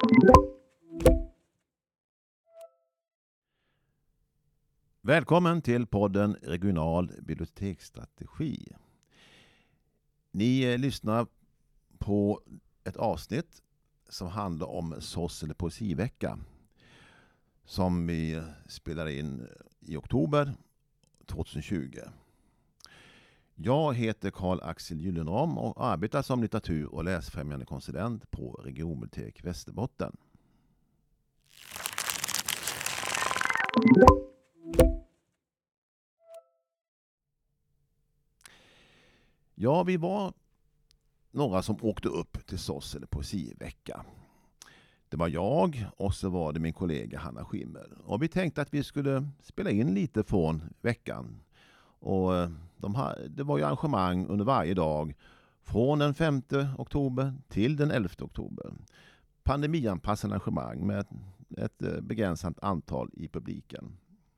Välkommen till podden Regional biblioteksstrategi. Ni lyssnar på ett avsnitt som handlar om Sorsele poesivecka som vi spelar in i oktober 2020. Jag heter Karl-Axel Gyllenram och arbetar som litteratur- och läsfrämjande konsulent på Regionbibliotek Västerbotten. Ja, vi var några som åkte upp till Sorsele poesivecka. Det var jag och så var det min kollega Hanna Schimmer. Och vi tänkte att vi skulle spela in lite från veckan. Och det var ju arrangemang under varje dag från den 5 oktober till den 11 oktober. Pandemianpassade arrangemang med ett begränsat antal i publiken.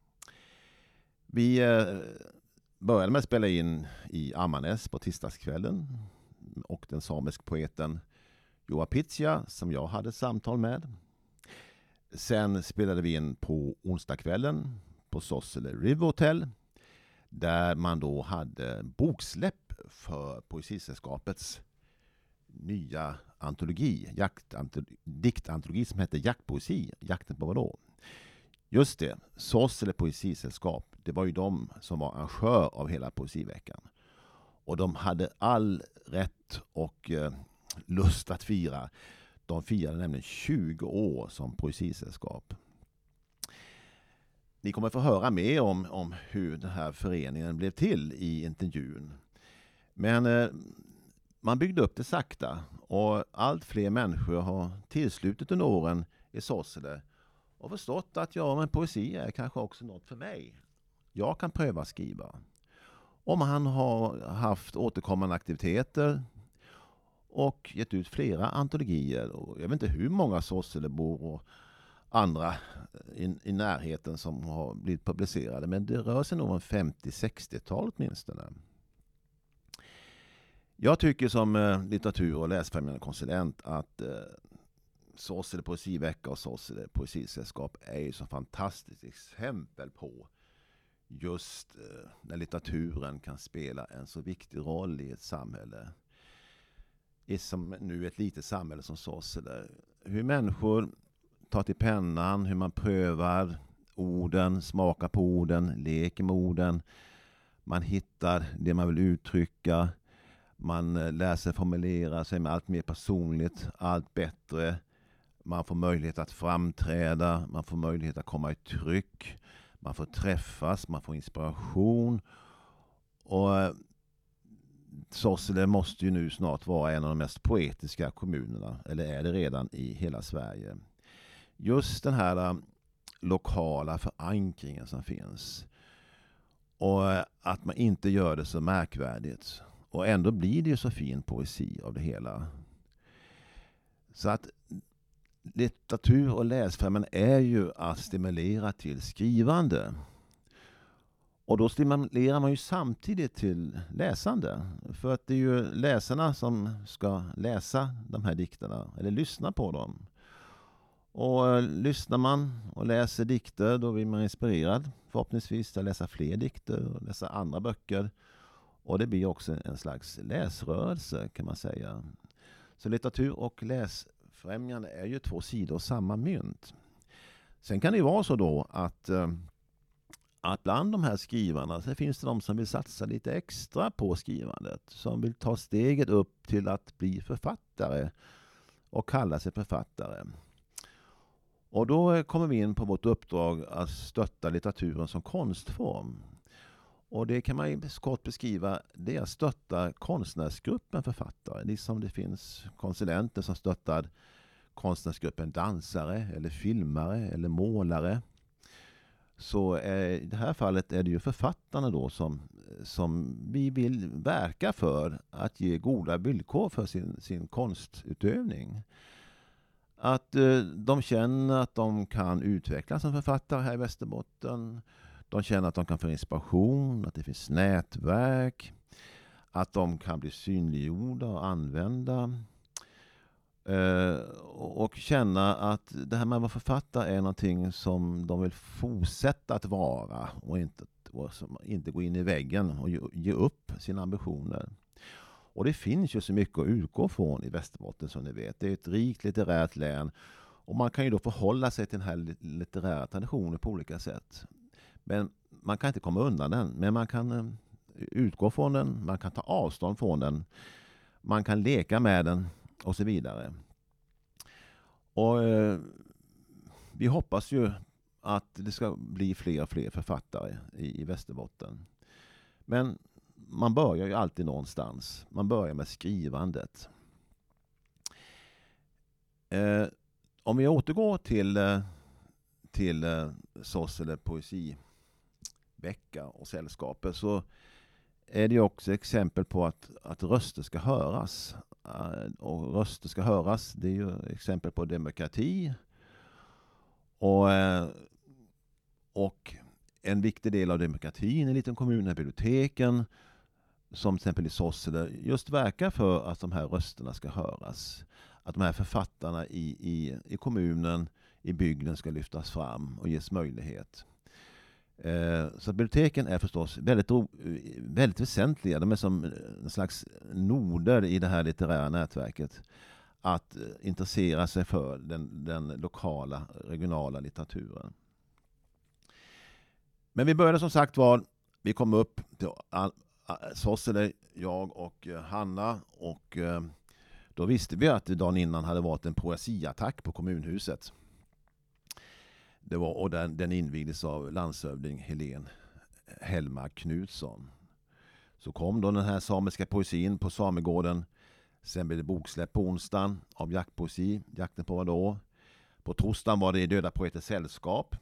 Vi började med att spela in i Ammarnäs på tisdagskvällen och den samisk poeten Joa Pitsia som jag hade samtal med. Sen spelade vi in på onsdagskvällen på Sorsele River Hotel där man då hade boksläpp för Poesisällskapets nya antologi, diktantologi som heter Jaktpoesi, Jakten på vadå? Just det, Sorsele Poesisällskap, det var ju de som var arrangör av hela poesiveckan. Och de hade all rätt och lust att fira. De firade nämligen 20 år som poesisällskap. Ni kommer få höra mer om hur den här föreningen blev till i intervjun. Men man byggde upp det sakta och allt fler människor har tillslutit under åren i Sorsele och förstått att men poesi är kanske också något för mig. Jag kan pröva skriva. Och man har haft återkommande aktiviteter och gett ut flera antologier. Och jag vet inte hur många Sorselebor och andra i närheten som har blivit publicerade. Men det rör sig nog om 50-60-tal åtminstone. Jag tycker som litteratur- och läsfrämjande konsulent att Sorsele poesivecka och Sorsele poesisällskap är ju så fantastiskt exempel på just när litteraturen kan spela en så viktig roll i ett samhälle. Som nu ett litet samhälle som Sorsele. Hur människor tar till pennan, hur man prövar orden, smakar på orden, leker med orden. Man hittar det man vill uttrycka. Man lär sig formulera sig med allt mer personligt, allt bättre. Man får möjlighet att framträda, man får möjlighet att komma i tryck. Man får träffas, man får inspiration. Och Sorsele måste ju nu snart vara en av de mest poetiska kommunerna, eller är det redan i hela Sverige. Just den här lokala förankringen som finns. Och att man inte gör det så märkvärdigt. Och ändå blir det ju så fin poesi av det hela. Så att litteratur och läsfrämjande är ju att stimulera till skrivande. Och då stimulerar man ju samtidigt till läsande. För att det är ju läsarna som ska läsa de här dikterna, eller lyssna på dem. Och lyssnar man och läser dikter, då blir man inspirerad förhoppningsvis att läsa fler dikter och läsa andra böcker. Och det blir också en slags läsrörelse kan man säga. Så litteratur och läsfrämjande är ju två sidor av samma mynt. Sen kan det ju vara så då att bland de här skrivarna så finns det de som vill satsa lite extra på skrivandet. Som vill ta steget upp till att bli författare och kalla sig författare. Och då kommer vi in på vårt uppdrag att stötta litteraturen som konstform. Och det kan man ju kort beskriva, det är att stötta konstnärsgruppen författare. Liksom det finns konsulenter som stöttar konstnärsgruppen dansare eller filmare eller målare. Så i det här fallet är det ju författarna då som vi vill verka för att ge goda villkor för sin konstutövning. Att de känner att de kan utvecklas som författare här i Västerbotten. De känner att de kan få inspiration, att det finns nätverk, att de kan bli synliggjorda och använda. och känna att det här med att vara författare är någonting som de vill fortsätta att vara och inte gå in i väggen och ge upp sina ambitioner. Och det finns ju så mycket att utgå från i Västerbotten som ni vet. Det är ett rikt litterärt län och man kan ju då förhålla sig till den här litterära traditionen på olika sätt. Men man kan inte komma undan den, men man kan utgå från den, man kan ta avstånd från den, man kan leka med den och så vidare. Och vi hoppas ju att det ska bli fler och fler författare i Västerbotten. Men man börjar ju alltid någonstans. Man börjar med skrivandet. Om vi återgår till Sorsele poesivecka och sällskapet så är det ju också exempel på att röster ska höras. Och röster ska höras, det är ju exempel på demokrati. Och en viktig del av demokratin i en liten kommun är biblioteken, som till exempel i Sorsele, just verkar för att de här rösterna ska höras. Att de här författarna i kommunen, i bygden ska lyftas fram och ges möjlighet. Så biblioteken är förstås väldigt väsentliga. De är som en slags noder i det här litterära nätverket. Att intressera sig för den lokala, regionala litteraturen. Men vi började som sagt vi kom upp till Sorsele, jag och Hanna, och då visste vi att dagen innan hade varit en poesiattack på kommunhuset. Och den invigdes av landshövding Helene Hellmark Knutsson. Så kom då den här samiska poesin på Samegården. Sen blev det boksläpp på onsdagen av jaktpoesi. Jakten på vad då? På torsdagen var det Döda poeters sällskap.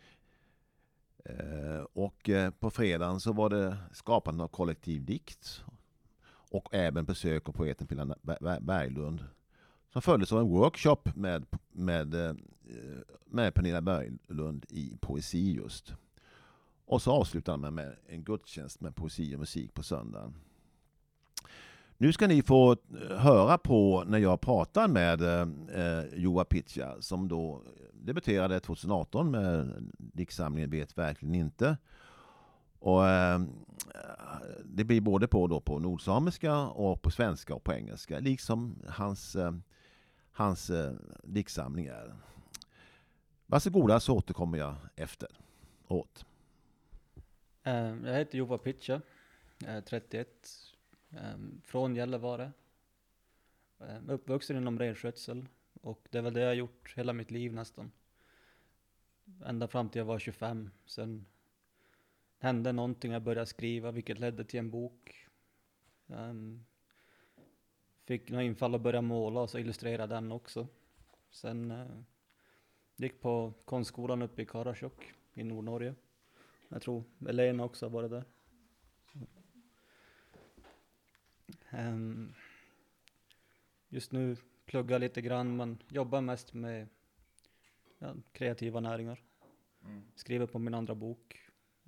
Och på fredagen så var det skapande av kollektiv dikt. Och även besök av poeten Pernilla Berglund. Som följdes av en workshop med Pernilla Berglund i poesi just. Och så avslutade man med en gudstjänst med poesi och musik på söndagen. Nu ska ni få höra på när jag pratar med Juha Pitcha, som då debuterade 2018 med diktsamlingen Vet verkligen inte. Och det blir både på nordsamiska och på svenska och på engelska, liksom hans diktsamling är. Varsågoda, så återkommer jag efteråt. Jag heter Juha Pitcha, jag är 31, från Gällivare. Uppvuxen inom renskötsel, och det är väl det jag har gjort hela mitt liv nästan. Ända fram till jag var 25. Sen hände någonting, jag började skriva, vilket ledde till en bok. Fick några infall att börja måla och så illustrera den också. Sen gick på konstskolan uppe i Karasjok i Nordnorge. Jag tror Elena också har varit där. Just nu pluggar lite grann, men jobbar mest med kreativa näringar. Skriver på min andra bok.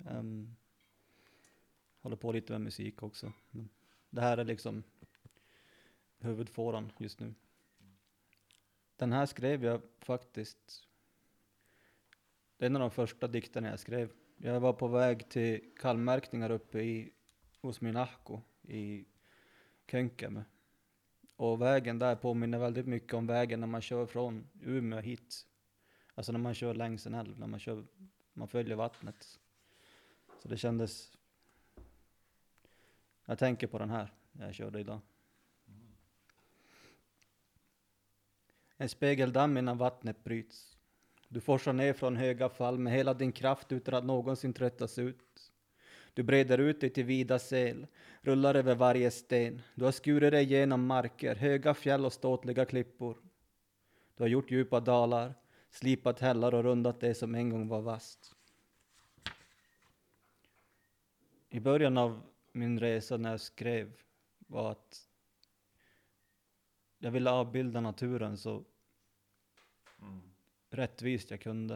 Håller på lite med musik också. Men det här är liksom huvudfåran just nu. Den här skrev jag faktiskt. Det är en av de första dikterna jag skrev. Jag var på väg till kallmärkningar uppe hos min Ahko i Könkämä. Och vägen där påminner väldigt mycket om vägen när man kör från Umeå hit. Alltså när man kör längs en älv, när man följer vattnet. Så det kändes... Jag tänker på den här jag körde idag. En spegeldamm innan vattnet bryts. Du forsar ner från höga fall med hela din kraft utan att någonsin tröttas ut. Du breder ut dig till vida sel, rullar över varje sten. Du har skurit dig genom marker, höga fjäll och ståtliga klippor. Du har gjort djupa dalar, slipat hällar och rundat det som en gång var vast. I början av min resa när jag skrev var att jag ville avbilda naturen så rättvist jag kunde.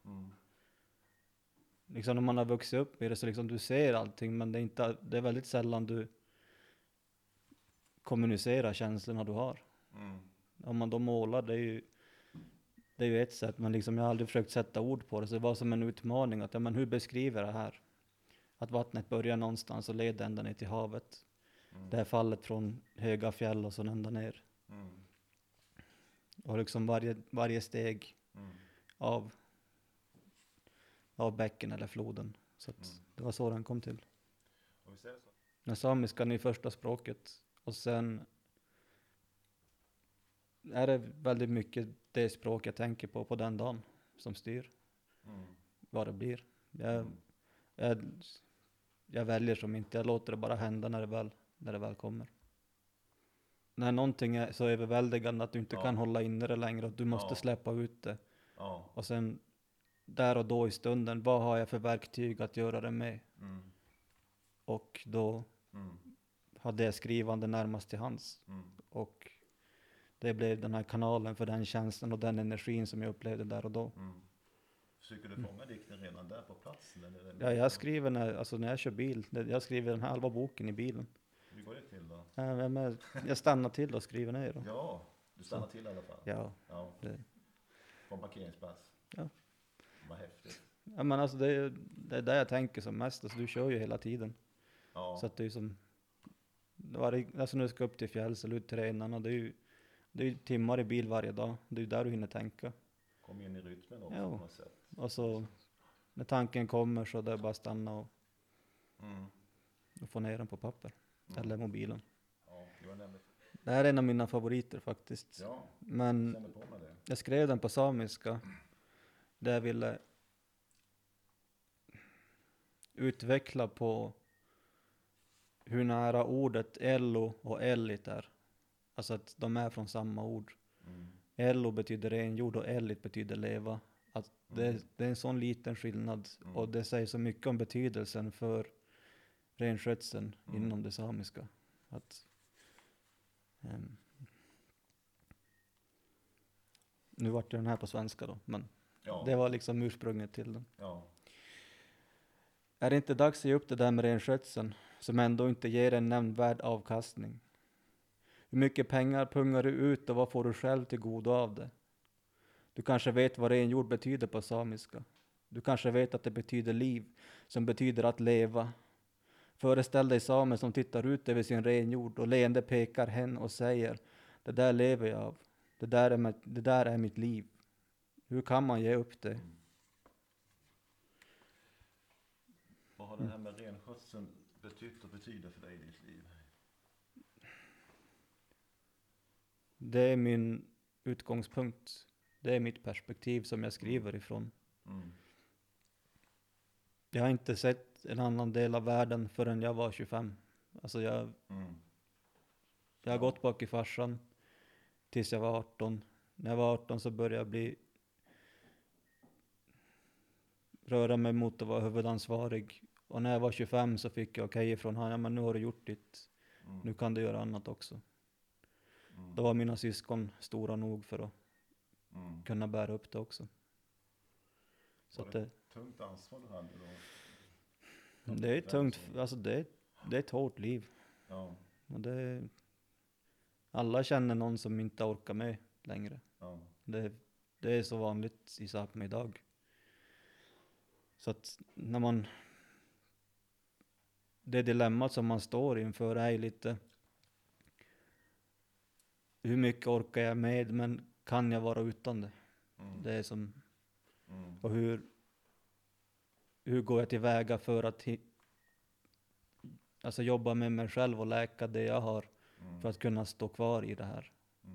Liksom när man har vuxit upp i det så liksom du ser allting, men det är väldigt sällan du kommunicerar känslorna du har. Om man då målar, det är ju det är ju ett sätt, men liksom jag har aldrig försökt sätta ord på det, så det var som en utmaning att, ja, men hur beskriver jag det här? Att vattnet börjar någonstans och leder ända ner till havet. Det här fallet från höga fjäll och så ända ner. Och liksom varje steg av bäcken eller floden. Så att det var så den kom till. Och visst är det så? Den samiskan är första språket. Och sen är det väldigt mycket det språk jag tänker på den dagen som styr vad det blir. Jag väljer som inte, jag låter det bara hända när det väl kommer. När någonting är så överväldigande att du inte kan hålla inne det längre, att du måste släppa ut det. Och sen där och då i stunden, vad har jag för verktyg att göra det med? Och då hade jag skrivande närmast till hands. Och det blev den här kanalen för den känslan och den energin som jag upplevde där och då. Försöker du fånga dikten redan där på platsen? Eller Ja, jag skriver när jag kör bil. Jag skriver den här halva boken i bilen. Hur går det till då? Jag stannar till och skriver ner. Då. Ja, du stannar till i alla fall? Ja. På en parkeringsplats? Ja. Vad häftigt. Ja, men alltså det är där jag tänker som mest. Alltså, du kör ju hela tiden. Ja. Så att det är som... Alltså när du ska upp till fjälls eller ut till renarna, det är ju timmar i bil varje dag. Det är ju där du hinner tänka. Kom in i rytmen också på något sätt. Och så när tanken kommer så det är bara stanna och få ner den på papper. Eller mobilen. Ja, det var nämligen. Det här är en av mina favoriter faktiskt. Ja, men känner på med det. Jag skrev den på samiska. Där jag ville utveckla på hur nära ordet ello och ellit är. Alltså att de är från samma ord. Ello betyder renjord och ellit betyder leva. Att det är en sån liten skillnad. Och det säger så mycket om betydelsen för renskötseln inom det samiska. Att, nu vart den här på svenska då, men det var liksom ursprunget till den. Ja. Är det inte dags att ge upp det där med renskötseln som ändå inte ger en nämnvärd avkastning? Hur mycket pengar pungar du ut och vad får du själv till godo av det? Du kanske vet vad renjord betyder på samiska. Du kanske vet att det betyder liv, som betyder att leva. Föreställ dig samer som tittar ut över sin renjord och leende pekar hen och säger: det där lever jag av. Det där är mitt liv. Hur kan man ge upp det? Vad har det här med renskötseln betytt och betyder för dig i ditt liv? Det är min utgångspunkt. Det är mitt perspektiv som jag skriver ifrån. Jag har inte sett en annan del av världen förrän jag var 25. Alltså jag har gått bak i farsan tills jag var 18. När jag var 18 så började jag röra mig mot att vara huvudansvarig. Och när jag var 25 så fick jag okej ifrån han. Ja, men nu har du gjort ditt. Nu kan du göra annat också. Då var mina syskon stora nog för att kunna bära upp det också. Så var det ett tungt ansvar du hade då? Det är tungt. Alltså det är ett hårt liv. Ja. Och alla känner någon som inte orkar med längre. Ja. Det är så vanligt i Sápmi idag. Så att när det dilemmat som man står inför är lite: hur mycket orkar jag med, men kan jag vara utan det? Det är som, och hur går jag tillväga för att alltså jobba med mig själv och läka det jag har för att kunna stå kvar i det här.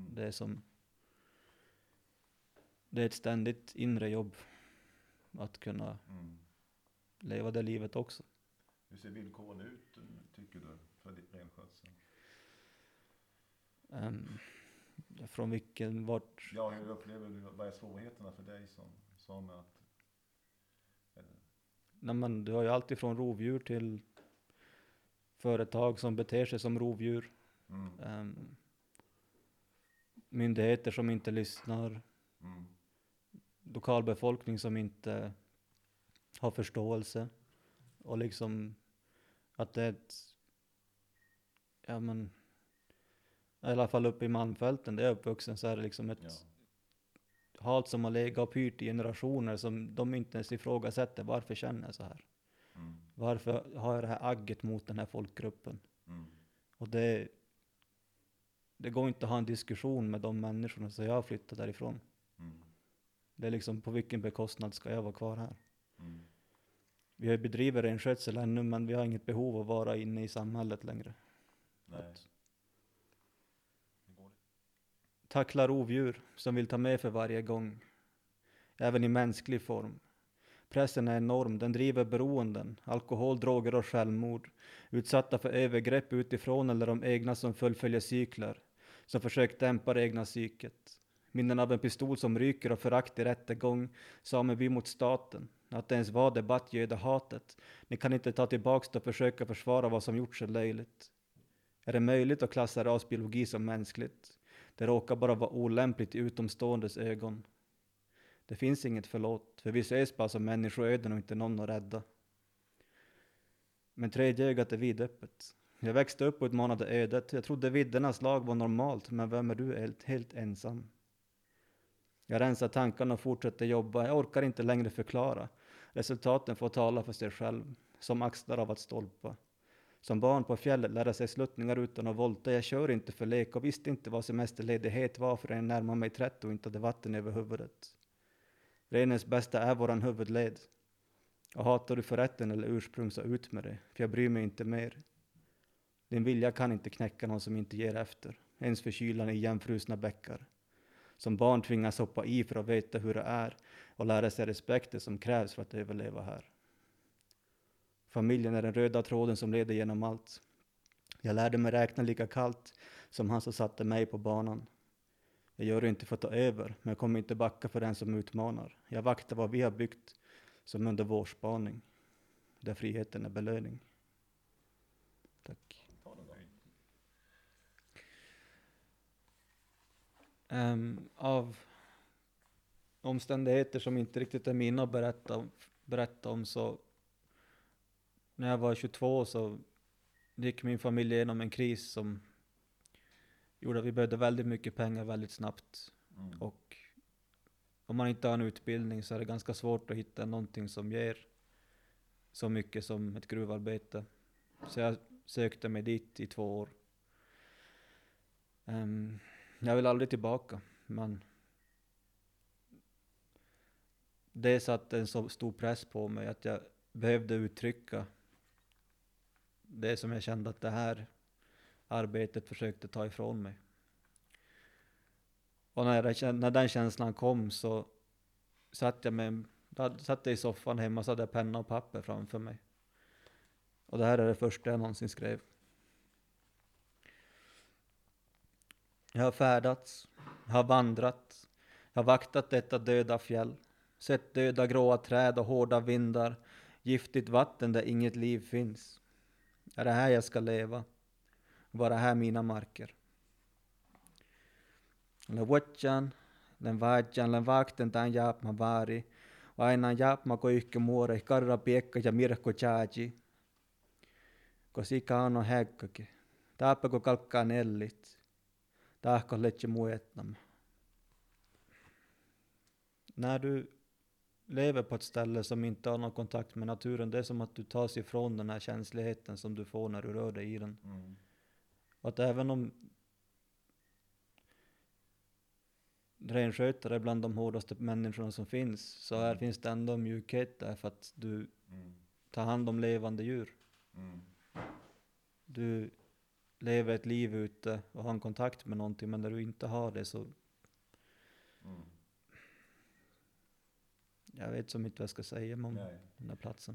Det är ett ständigt inre jobb att kunna leva det livet också. Hur ser villkoren ut, tycker du, för ditt renskötsel? Från vart? Ja, hur upplever du, vad är svårigheterna för dig som att... Nej, men du har ju alltid från rovdjur till företag som beter sig som rovdjur. Myndigheter som inte lyssnar. Lokalbefolkning som inte har förståelse. Och liksom att det är i alla fall uppe i Malmfälten där jag är uppvuxen, så är det liksom hat som har legat och pyrt i generationer som de inte ens ifrågasätter. Varför känner jag så här? Varför har jag det här agget mot den här folkgruppen? Och det går inte att ha en diskussion med de människorna, så jag har flyttat därifrån. Det är liksom, på vilken bekostnad ska jag vara kvar här? Vi bedriver renskötsel ännu, men vi har inget behov av att vara inne i samhället längre. Tackla rovdjur som vill ta med för varje gång. Även i mänsklig form. Pressen är enorm, den driver beroenden, alkohol, droger och självmord. Utsatta för övergrepp utifrån eller de egna som fullföljer cykler. Som försökt dämpa det egna psyket. Minnen av en pistol som ryker och förakt i rättegång. Sameby mot staten. Att det ens var debatt göder hatet. Ni kan inte ta tillbaks det och försöka försvara vad som gjorts är löjligt. Är det möjligt att klassa rasbiologi som mänskligt? Det råkar bara vara olämpligt i utomståendes ögon. Det finns inget förlåt, för vi ses bara som människoöden och inte någon att rädda. Men tredje ögat är vidöppet. Jag växte upp och utmanade ödet. Jag trodde viddernas lag var normalt, men vem är du helt ensam? Jag rensar tankarna och fortsätter jobba. Jag orkar inte längre förklara. Resultaten får tala för sig själv, som axlar av att stolpa. Som barn på fjället lärde sig sluttningar utan att volta. Jag kör inte för lek och visste inte vad semesterledighet var förrän jag närmade mig 30 och inte hade vatten över huvudet. Renens bästa är våran huvudled. Och hatar du förrätten eller ursprung så ut med det, för jag bryr mig inte mer. Din vilja kan inte knäcka någon som inte ger efter, ens för kylan i jämfrusna bäckar. Som barn tvingas hoppa i för att veta hur det är och lära sig respekten som krävs för att överleva här. Familjen är den röda tråden som leder genom allt. Jag lärde mig räkna lika kallt som han som satte mig på banan. Jag gör det inte för att ta över, men jag kommer inte backa för den som utmanar. Jag vaktar vad vi har byggt som under vår spaning. Där friheten är belöning. Tack. Av omständigheter som inte riktigt är mina att berätta om, så när jag var 22 så gick min familj igenom en kris som gjorde att vi behövde väldigt mycket pengar väldigt snabbt. Och om man inte har en utbildning så är det ganska svårt att hitta någonting som ger så mycket som ett gruvarbete. Så jag sökte mig dit i 2 år. Jag vill aldrig tillbaka, men det satte en så stor press på mig att jag behövde uttrycka det som jag kände att det här arbetet försökte ta ifrån mig. Och när den känslan kom så satt jag i soffan hemma, så hade jag penna och papper framför mig. Och det här är det första jag någonsin skrev. Jag har färdats, jag har vandrat, jag har vaktat detta döda fjäll. Sett döda gråa träd och hårda vindar, giftigt vatten där inget liv finns. Är det här jag ska leva? Vara här mina marker? Le vuotjan, den vaadjan, den vakten tämän jaapma vaari, ja aina jaapma ko yhkä muore, karra piekka ja mirkko tjaaji. Ko sika on häkkake, taapako kalkkaan ellit, tahko letse muetnam. När du lever på ett ställe som inte har någon kontakt med naturen, det är som att du tas ifrån den här känsligheten som du får när du rör dig i den. Och att även om renskötare är bland de hårdaste människorna som finns, så finns det ändå mjukhet där för att du tar hand om levande djur. Du lever ett liv ute och har en kontakt med någonting, men när du inte har det så jag vet så mycket vad jag ska säga om den här platsen.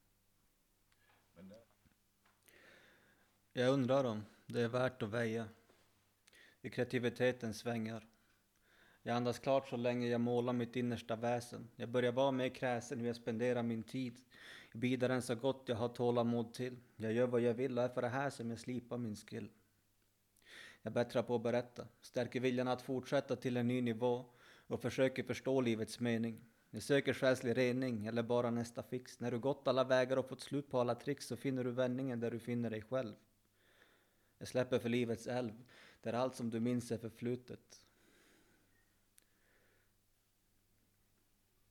Jag undrar om det är värt att väja i kreativitetens svängar. Jag andas klart så länge jag målar mitt innersta väsen. Jag börjar vara mer kräsen hur jag spenderar min tid. Jag bidar den så gott jag har tålamod till. Jag gör vad jag vill och är för det här som jag slipar min skill. Jag bättrar på att berätta, stärker viljan att fortsätta till en ny nivå och försöker förstå livets mening. Jag söker själslig rening eller bara nästa fix. När du gått alla vägar och fått slut på alla tricks så finner du vändningen där du finner dig själv. Jag släpper för livets älv där allt som du minns är förflutet.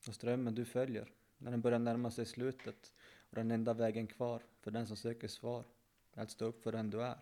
Och strömmen du följer, när den börjar närma sig slutet och den enda vägen kvar för den som söker svar är att stå upp för den du är.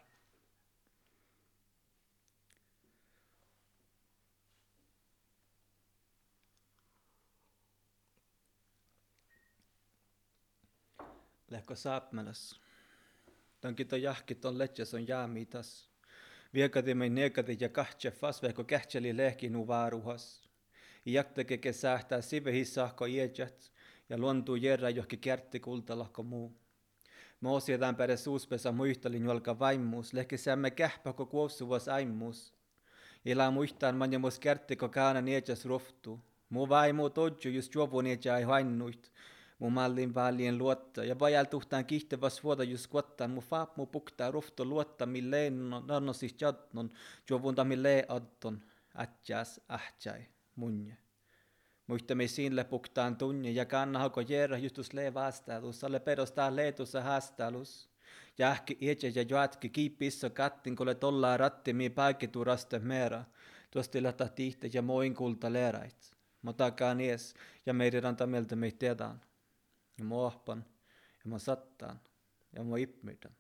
Lehko saapmelas. Tankit on jahkit on letjas on jaamitas. Viekati mei nekati ja kahtse fas vehko kähtseli lehkinu vaaruhas. Iaktake kesähtää sivehissahko iedjat ja luontuu jerra johki kärtti kultalahko muu. Moosietään päde suuspesa muistalin jolka vaimmuus, lehki sämme kähpäko kuossuvas aimmuus. Ilaa muistaan manjamus kärttiko kaana niedjas roftuu. Muu vaimu todju just juovu niedja ei hainnuit. Mu mallin vaalien luotta ja vajal tuhtaan kihtevas vuoda just kuottaan. Mu faap mu puktaa rofto luotta milleen nannosis jadnon, juovunta milleen addon, ätjäs ähtjäi. Munje. Muistami siinle puktaan tunne ja kannahako jerra justus lee vastailus, alle perostaa leetussa haastalus. Jähki ietse ja joatki kiipissä kattin, kuule tollaa rattimi paikituraste meera. Tuosti lata tihte ja moin kulta leerait. Mä takaan ees ja meidän ranta mieltä mei teedaan. Ja mä ohpan ja mä sattaan ja mä ipmytän.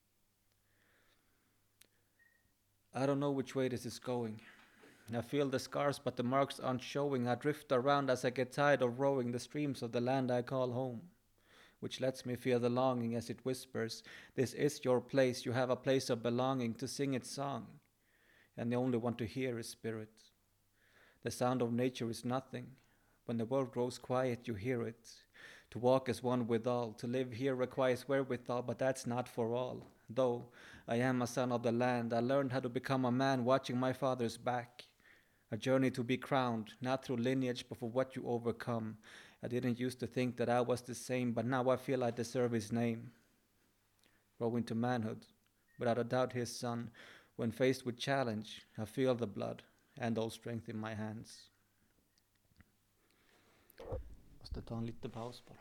I don't know which way this is going. I feel the scars, but the marks aren't showing. I drift around as I get tired of rowing the streams of the land I call home, which lets me feel the longing as it whispers, this is your place, you have a place of belonging to sing its song, and the only one to hear is spirit. The sound of nature is nothing. When the world grows quiet, you hear it. To walk as one with all, to live here requires wherewithal, but that's not for all. Though I am a son of the land, I learned how to become a man watching my father's back. A journey to be crowned, not through lineage, but for what you overcome. I didn't used to think that I was the same, but now I feel I deserve his name. Growing to manhood, without a doubt his son. When faced with challenge, I feel the blood and all strength in my hands. Måste ta en liten paus bara.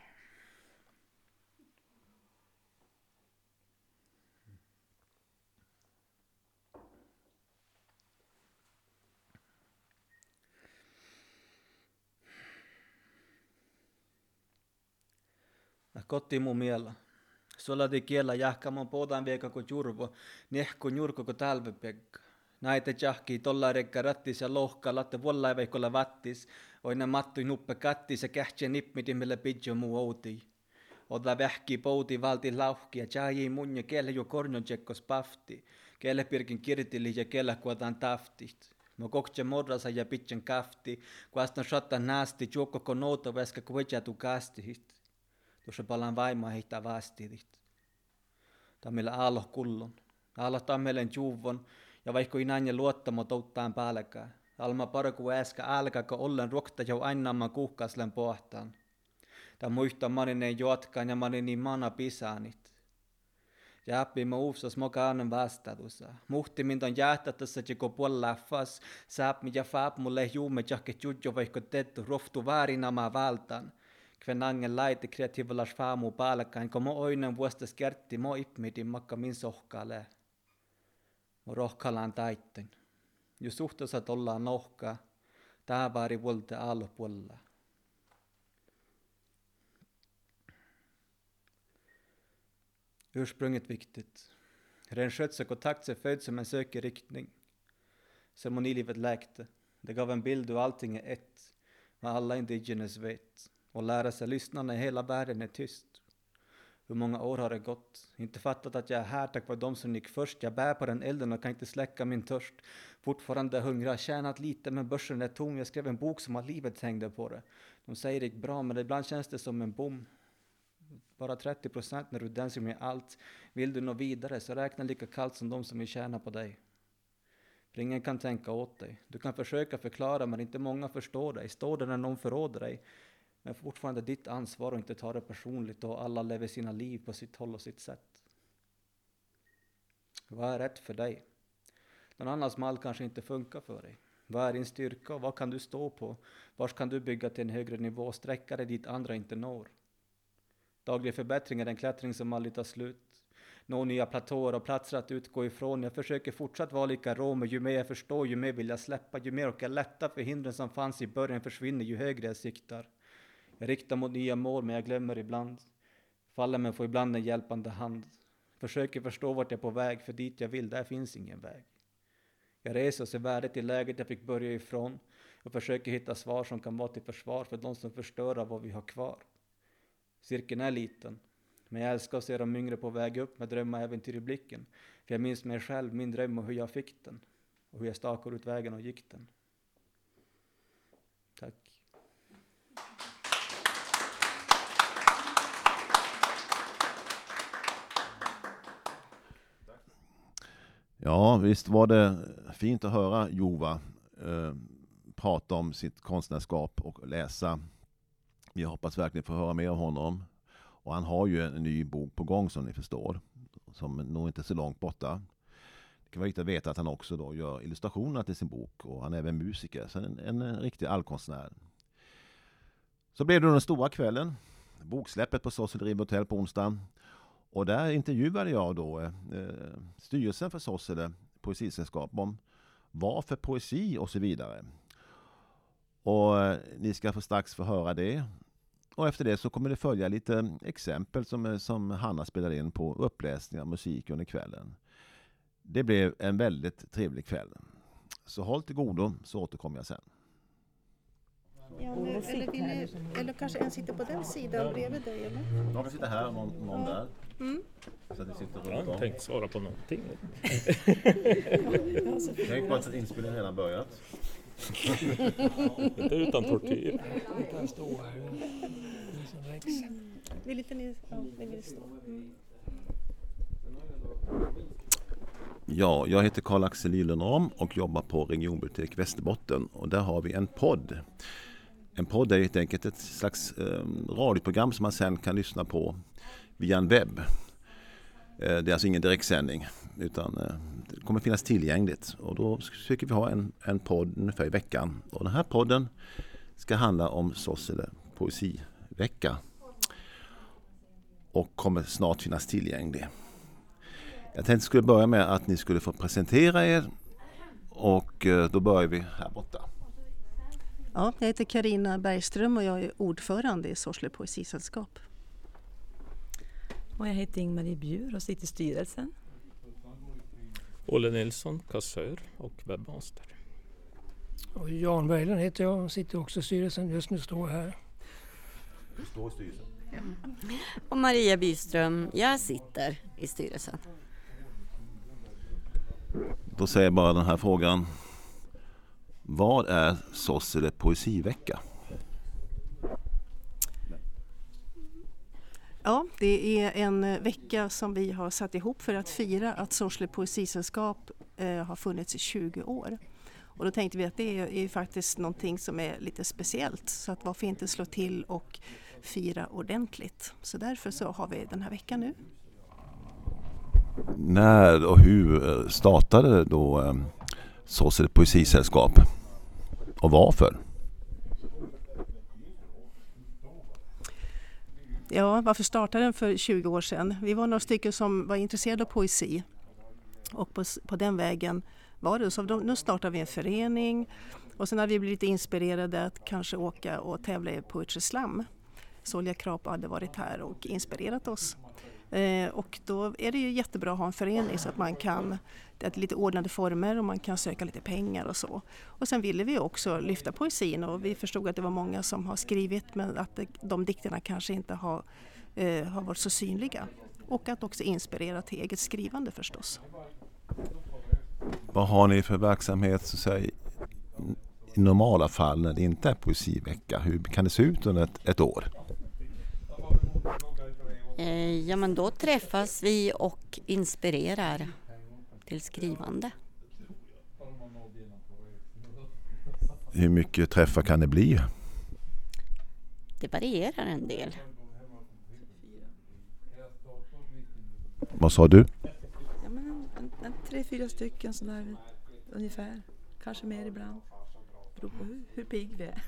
Kotiin mun miellä. Soladi kiellä jahkaman podan vieka ko jurvo, nehko njurko ko talvepegga. Naite jahkii tolla rekka rattis ja lohka, latte vollaiveikolla vattis, oina mattui nuppe kattis ja kähtsä nippmiti millä pidjo muu outi. Oda vähkii pouti valti lauhki ja jääjii munja kelle jo kornjon tjekkos pafti, kelle pirkin kirtili ja kelle kuotaan taftit. Mo koktja morrasa ja pitchen kafti, kuastan shotta naasti, juokko ko nouto väskä kuejatu kastihit. Tuossa palaan vaimaa heittää vastiidit. Tammilla aalloh kullon. Aalloh tammelen juuvon ja vaikka inanje luottamo touttaan päälläkään. Alma parku äskä älkäkö ollen rokta jau ainaamman kuhkaslen pohtaan. Tää muista manineen jotkaan ja manini mana pisaanit. Jääppi mä uusas mokaanen vastatussa. Muhti minton jäätätössä joko puollaffas. Saapmi ja faap mulle juume jahke judjo vaikka tettu roftu väärinama valtaan. Kvenangen laite kreatiivilas faamu palkain, kun mo oinen vuostas kertti mo ipmidin makka min sohkaalee. Mo rohkalaan taitten. Jos suhtosat ollaan nohkaa, tää vaari vuolte allopuolella. Ursprunget viktigt. Renskötsel kontakt sig född som en söker riktning. Ceremonilivet läkte. Det gav en bild hur allting är ett. Vad alla indigenous vet. Och lära sig lyssna när hela världen är tyst. Hur många år har det gått? Inte fattat att jag är här tack vare de som gick först. Jag bär på den elden och kan inte släcka min törst. Fortfarande hungrar, tjänat lite men börsen är tom. Jag skrev en bok som att livet hängde på det. De säger det gick bra men ibland känns det som en bom. Bara 30% när du dansar med allt. Vill du nå vidare så räkna lika kallt som de som vill tjäna på dig. För ingen kan tänka åt dig. Du kan försöka förklara men inte många förstår dig. Står det när någon förråder dig. Men fortfarande ditt ansvar att inte ta det personligt och alla lever sina liv på sitt håll och sitt sätt. Vad är rätt för dig? Någon annans mall kanske inte funkar för dig. Vad är din styrka och vad kan du stå på? Var kan du bygga till en högre nivå och sträcka dig dit andra inte når? Daglig förbättring är en klättring som aldrig tar slut. Nå nya platåer och platser att utgå ifrån. Jag försöker fortsatt vara lika rå, men ju mer jag förstår, ju mer vill jag släppa. Ju mer och jag lättar för hindren som fanns i början försvinner, ju högre jag siktar. Jag riktar mot nya mål men jag glömmer ibland. Faller men får ibland en hjälpande hand. Försöker förstå vart jag är på väg, för dit jag vill, där finns ingen väg. Jag reser och ser värdet i läget jag fick börja ifrån och försöker hitta svar som kan vara till försvar för de som förstör av vad vi har kvar. Cirkeln är liten, men jag älskar att se de yngre på väg upp med drömmar och äventyr i blicken. För jag minns mig själv, min dröm och hur jag fick den. Och hur jag stakade ut vägen och gick den. Tack. Ja, visst var det fint att höra Jova prata om sitt konstnärskap och läsa. Vi hoppas verkligen få höra mer av honom. Och han har ju en ny bok på gång som ni förstår. Som nog inte är så långt borta. Det kan vara viktigt att veta att han också då gör illustrationerna till sin bok. Och han är även musiker. Så en riktig allkonstnär. Så blev det den stora kvällen. Boksläppet på Sossele River Hotel på onsdag. Och där intervjuade jag då styrelsen för Sossele Poesisällskap om varför poesi och så vidare. Och ni ska strax få höra det. Och efter det så kommer det följa lite exempel som Hanna spelade in på uppläsning av musik under kvällen. Det blev en väldigt trevlig kväll. Så håll till godo, så återkommer jag sen. Ja, eller kanske en sitter på den sidan bredvid dig, eller? Någon sitter här och någon där. Mm. Så att ni sitter runt Jag har om. inte tänkt svara på någonting. Tänk på att inspelningen redan börjat. Inte utan tortyr. Vi kan stå här. Vill inte ni stå? Ja, jag heter Karl-Axel Gyllenram och jobbar på Regionbibliotek Västerbotten. Och där har vi en podd. En podd är helt enkelt ett slags radioprogram som man sen kan lyssna på via en webb. Det är alltså ingen direktsändning utan det kommer finnas tillgängligt. Och då försöker vi ha en podd ungefär i veckan. Och den här podden ska handla om Sossele Poesivecka. Och kommer snart finnas tillgänglig. Jag tänkte skulle börja med att ni skulle få presentera er. Och då börjar vi här borta. Ja, jag heter Carina Bergström och jag är ordförande i Sossele Poesisällskap. Och jag heter Ingmarie Bjur och sitter i styrelsen. Olle Nilsson, kassör och webbmaster. Och Jan Berglund heter jag och sitter också i styrelsen. Just nu står jag här. Du står i styrelsen. Och Maria Byström, jag sitter i styrelsen. Då säger jag bara den här frågan. Vad är Sossele Poesivecka? Ja, det är en vecka som vi har satt ihop för att fira att Sossele Poesisällskap har funnits i 20 år. Och då tänkte vi att det är faktiskt någonting som är lite speciellt. Så att varför inte slå till och fira ordentligt. Så därför så har vi den här veckan nu. När och hur startade då Sossele Poesisällskap? Och varför? Ja, varför startade den för 20 år sedan? Vi var några stycken som var intresserade av poesi. Och på den vägen var det. Så nu startade vi en förening. Och sen hade vi blivit inspirerade att kanske åka och tävla i Poetry Slam. Solja Krapa hade varit här och inspirerat oss. Och då är det ju jättebra att ha en förening så att man kan, det är lite ordnade former och man kan söka lite pengar och så. Och sen ville vi också lyfta poesin och vi förstod att det var många som har skrivit men att de dikterna kanske inte har varit så synliga. Och att också inspirera till eget skrivande förstås. Vad har ni för verksamhet så att säga, i normala fall när det inte är poesivecka? Hur kan det se ut under ett år? Ja, men då träffas vi och inspirerar till skrivande. Hur mycket träffar kan det bli? Det varierar en del. Vad sa du? Ja, men 3-4 stycken sådär ungefär. Kanske mer ibland. Beror på hur pigg vi är.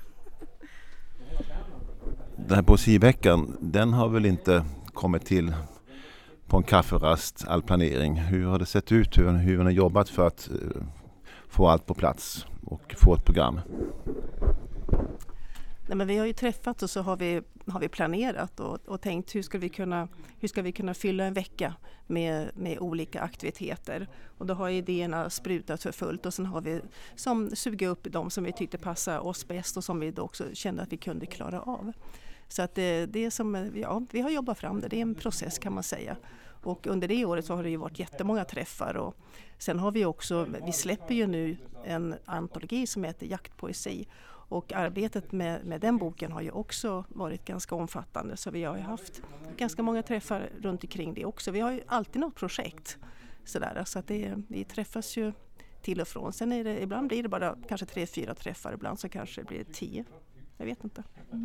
Den här poesiveckan, den har väl inte kommit till på en kafferast, all planering. Hur har det sett ut? Hur har ni jobbat för att få allt på plats och få ett program? Nej, men vi har ju träffat och så har vi planerat och tänkt hur ska vi kunna fylla en vecka med olika aktiviteter. Och då har idéerna sprutat för fullt och sen har vi som suga upp de som vi tyckte passade oss bäst och som vi då också kände att vi kunde klara av. Så att det är som, vi har jobbat fram det är en process kan man säga. Och under det året så har det ju varit jättemånga träffar och sen har vi släpper ju nu en antologi som heter Jaktpoesi. Och arbetet med den boken har ju också varit ganska omfattande så vi har ju haft ganska många träffar runt omkring det också. Vi har ju alltid något projekt sådär, så att vi träffas ju till och från. Sen ibland blir det bara kanske 3-4 träffar, ibland så kanske det blir 10. Jag vet inte.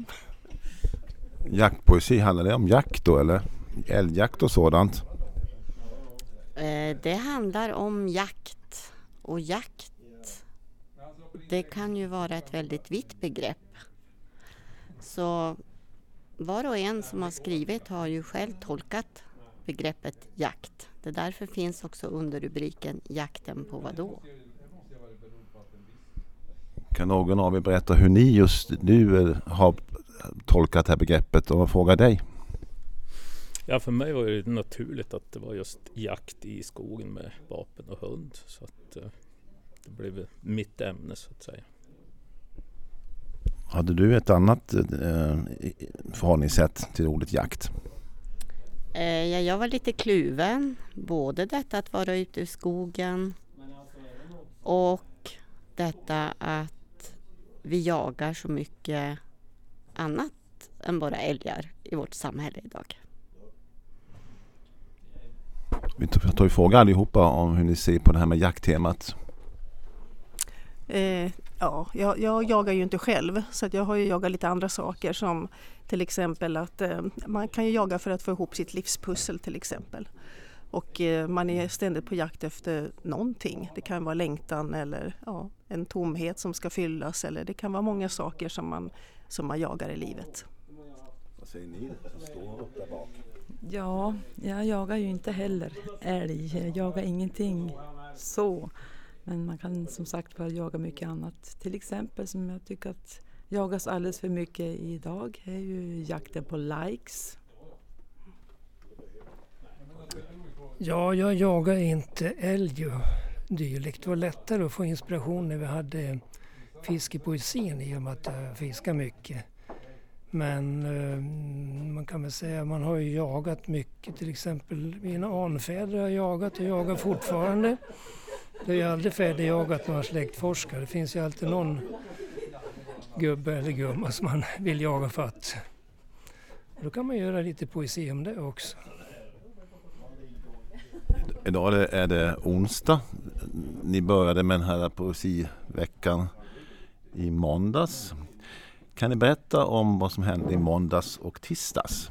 Jaktpoesi, handlar det om jakt då eller älgjakt och sådant? Det handlar om jakt och jakt. Det kan ju vara ett väldigt vitt begrepp. Så var och en som har skrivit har ju själv tolkat begreppet jakt. Det därför finns också under rubriken Jakten på vad då? Kan någon av er berätta hur ni just nu har tolkat det här begreppet och fråga dig? Ja, för mig var det naturligt att det var just jakt i skogen med vapen och hund. Så att det blev mitt ämne så att säga. Hade du ett annat förhållningssätt till ordet jakt? Jag var lite kluven. Både detta att vara ute i skogen och detta att vi jagar så mycket annat än bara älgar i vårt samhälle idag. Vi tar ju fråga allihopa om hur ni ser på det här med jakttemat. Jag jagar ju inte själv så att jag har ju jagat lite andra saker som till exempel att man kan ju jaga för att få ihop sitt livspussel till exempel. Och man är ständigt på jakt efter någonting. Det kan vara längtan eller en tomhet som ska fyllas eller det kan vara många saker som man jagar i livet. Vad säger ni som står upp där bak? Ja, jag jagar ju inte heller älg. Jag jagar ingenting så. Men man kan som sagt bara jaga mycket annat. Till exempel som jag tycker att jagas alldeles för mycket idag är ju jakten på likes. Ja, jag jagar inte älg och dylikt. Det var lättare att få inspiration när vi hade fiskepoesin i och med att jag fiskar mycket. Men man kan väl säga att man har ju jagat mycket. Till exempel mina anfäder har jagat och jagar fortfarande. Det är ju aldrig färdigjagat några släktforskare. Det finns ju alltid någon gubbe eller gumma som man vill jaga fatt. Då kan man göra lite poesi om det också. Idag är det onsdag. Ni började med den här poesiveckan i måndags. Kan ni berätta om vad som hände i måndags och tisdags?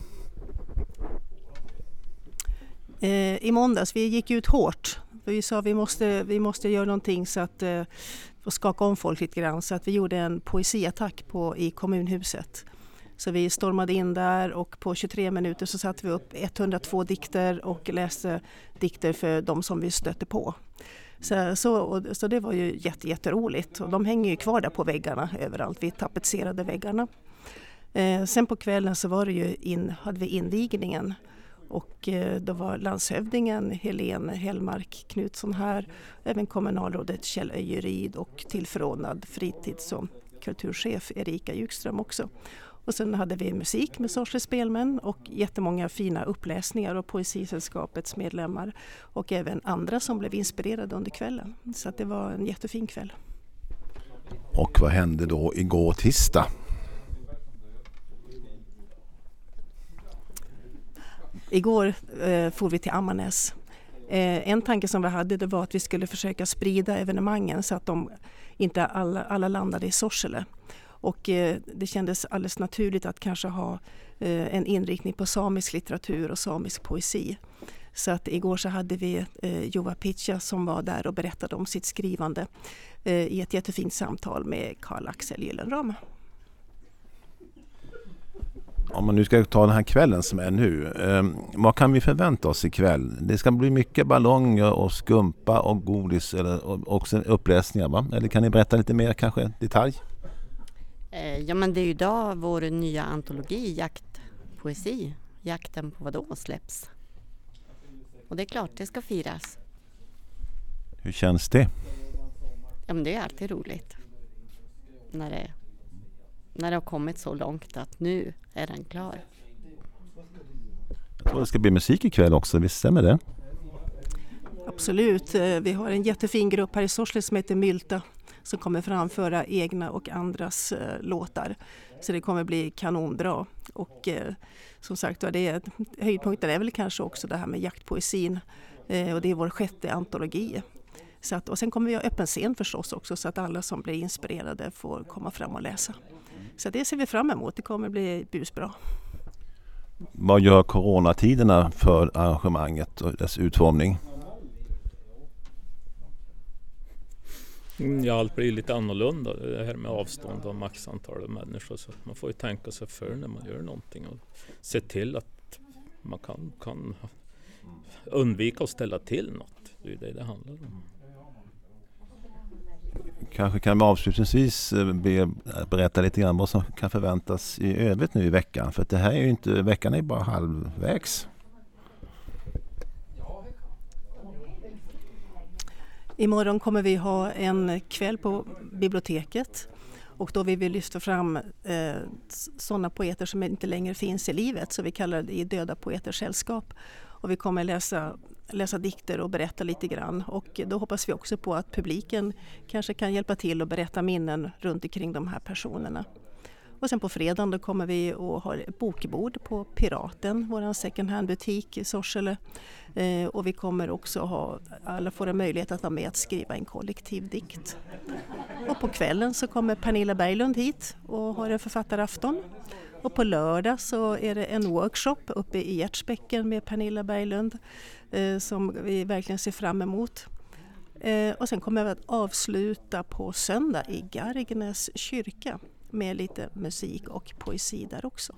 I måndags, vi gick ut hårt. Vi sa vi måste göra någonting så att skaka om folk lite grann. Så att vi gjorde en poesiattack i kommunhuset. Så vi stormade in där och på 23 minuter så satte vi upp 102 dikter och läste dikter för de som vi stötte på. Så det var ju jätteroligt och de hänger ju kvar där på väggarna överallt. Vi tapetserade väggarna. Sen på kvällen så var det hade vi invigningen och då var landshövdingen Helene Hellmark Knutsson här, även kommunalrådet Kjell Öjeryd och tillförordnad fritids- och kulturchef Erika Ljugström också. Och sen hade vi musik med Sorsele Spelmän och jättemånga fina uppläsningar av Poesisällskapets medlemmar och även andra som blev inspirerade under kvällen. Så att det var en jättefin kväll. Och vad hände då igår tisdag? Igår for vi till Ammarnäs. En tanke som vi hade det var att vi skulle försöka sprida evenemangen så att de inte alla landade i Sorsele. Och det kändes alldeles naturligt att kanske ha en inriktning på samisk litteratur och samisk poesi. Så att igår så hade vi Juha Pitcha som var där och berättade om sitt skrivande i ett jättefint samtal med Karl-Axel Gyllenram. Om man nu ska ta den här kvällen som är nu, vad kan vi förvänta oss ikväll? Det ska bli mycket ballonger och skumpa och godis och också uppläsningar, va? Eller kan ni berätta lite mer kanske detalj? Ja, men det är ju idag vår nya antologi, Jaktpoesi. Jakten på vadå släpps. Och det är klart, det ska firas. Hur känns det? Ja, men det är alltid roligt. När det har kommit så långt att nu är den klar. Jag tror det ska bli musik ikväll också, visst stämmer det? Absolut. Vi har en jättefin grupp här i Sorsele som heter Mylta som kommer framföra egna och andras låtar. Så det kommer bli kanonbra. Och som sagt, höjdpunkten är väl kanske också det här med jaktpoesin. Och det är vår 6:e antologi. Så och sen kommer vi ha öppen scen förstås också så att alla som blir inspirerade får komma fram och läsa. Så det ser vi fram emot. Det kommer bli busbra. Vad gör coronatiderna för arrangemanget och dess utformning? Ja, allt blir lite annorlunda. Det här med avstånd och maxantalet människor. Så att man får ju tänka sig för när man gör någonting och se till att man kan undvika att ställa till något. Det är det handlar om. Kanske kan vi avslutningsvis berätta lite grann vad som kan förväntas i övrigt nu i veckan. För det här är ju inte, veckan är bara halvvägs. Imorgon kommer vi ha en kväll på biblioteket och då vill vi lyfta fram sådana poeter som inte längre finns i livet, så vi kallar det i Döda poeters sällskap. Och vi kommer läsa dikter och berätta lite grann, och då hoppas vi också på att publiken kanske kan hjälpa till och berätta minnen runt omkring de här personerna. Och sen på fredagen då kommer vi att ha ett bokbord på Piraten, vår second hand-butik i Sorsele. Och vi kommer också alla får en möjlighet att vara med att skriva en kollektiv dikt. Och på kvällen så kommer Pernilla Berglund hit och har en författarafton. Och på lördag så är det en workshop uppe i Hjärtsbäcken med Pernilla Berglund som vi verkligen ser fram emot. Och sen kommer vi att avsluta på söndag i Gargnäs kyrka med lite musik och poesi där också.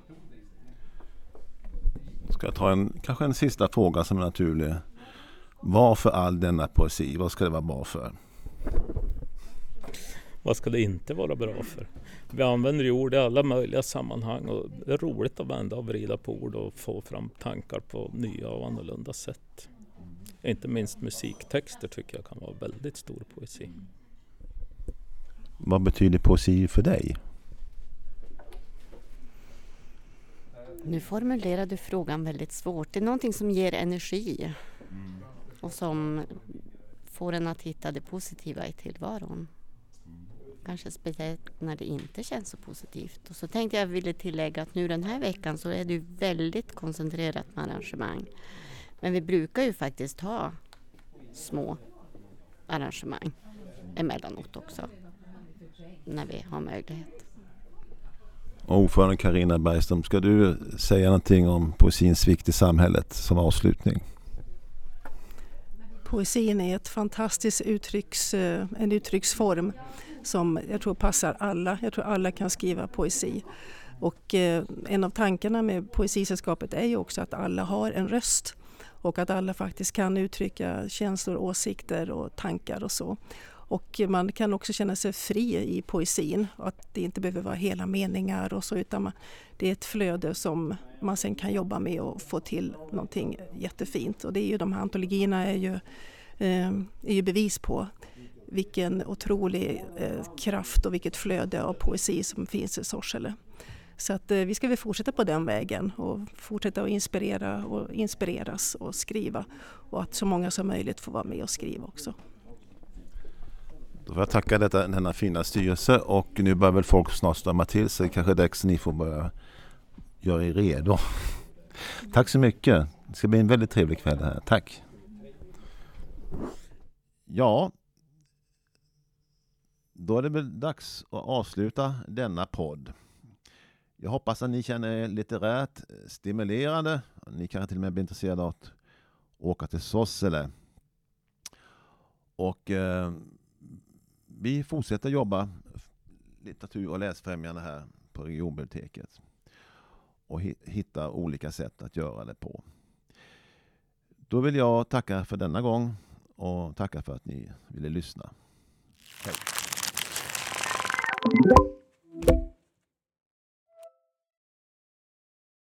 Ska jag ta kanske en sista fråga som är naturlig. Varför all denna poesi? Vad ska det vara bra för? Vad ska det inte vara bra för? Vi använder ju ord i alla möjliga sammanhang och det är roligt att vända och vrida på ord och få fram tankar på nya och annorlunda sätt. Inte minst musiktexter tycker jag kan vara väldigt stor poesi. Vad betyder poesi för dig? Nu formulerar du frågan väldigt svårt. Det är någonting som ger energi och som får en att hitta det positiva i tillvaron. Kanske speciellt när det inte känns så positivt. Och så tänkte jag ville tillägga att nu den här veckan så är det väldigt koncentrerat med arrangemang. Men vi brukar ju faktiskt ha små arrangemang emellanåt också. När vi har möjlighet. Ordförande Carina Bergström, ska du säga någonting om poesins vikt i samhället som avslutning? Poesin är ett fantastiskt en uttrycksform som jag tror passar alla. Jag tror alla kan skriva poesi. Och en av tankarna med Poesisällskapet är ju också att alla har en röst och att alla faktiskt kan uttrycka känslor, åsikter och tankar och så. Och man kan också känna sig fri i poesin, att det inte behöver vara hela meningar och så, utan det är ett flöde som man sen kan jobba med och få till någonting jättefint. Och det är ju de här antologierna är ju bevis på vilken otrolig kraft och vilket flöde av poesi som finns i Sorsele. Så att vi ska väl fortsätta på den vägen och fortsätta att inspirera och inspireras och skriva, och att så många som möjligt får vara med och skriva också. Då får jag tacka denna fina styrelse, och nu börjar väl folk snart strömma till sig. Kanske dags ni får börja göra er redo. Tack så mycket. Det ska bli en väldigt trevlig kväll här. Tack. Ja, då är det väl dags att avsluta denna podd. Jag hoppas att ni känner er litterärt stimulerande. Ni kanske till och med blir intresserade av att åka till Sorsele. Och vi fortsätter jobba litteratur- och läsfrämjande här på regionbiblioteket och hitta olika sätt att göra det på. Då vill jag tacka för denna gång och tacka för att ni ville lyssna. Hej!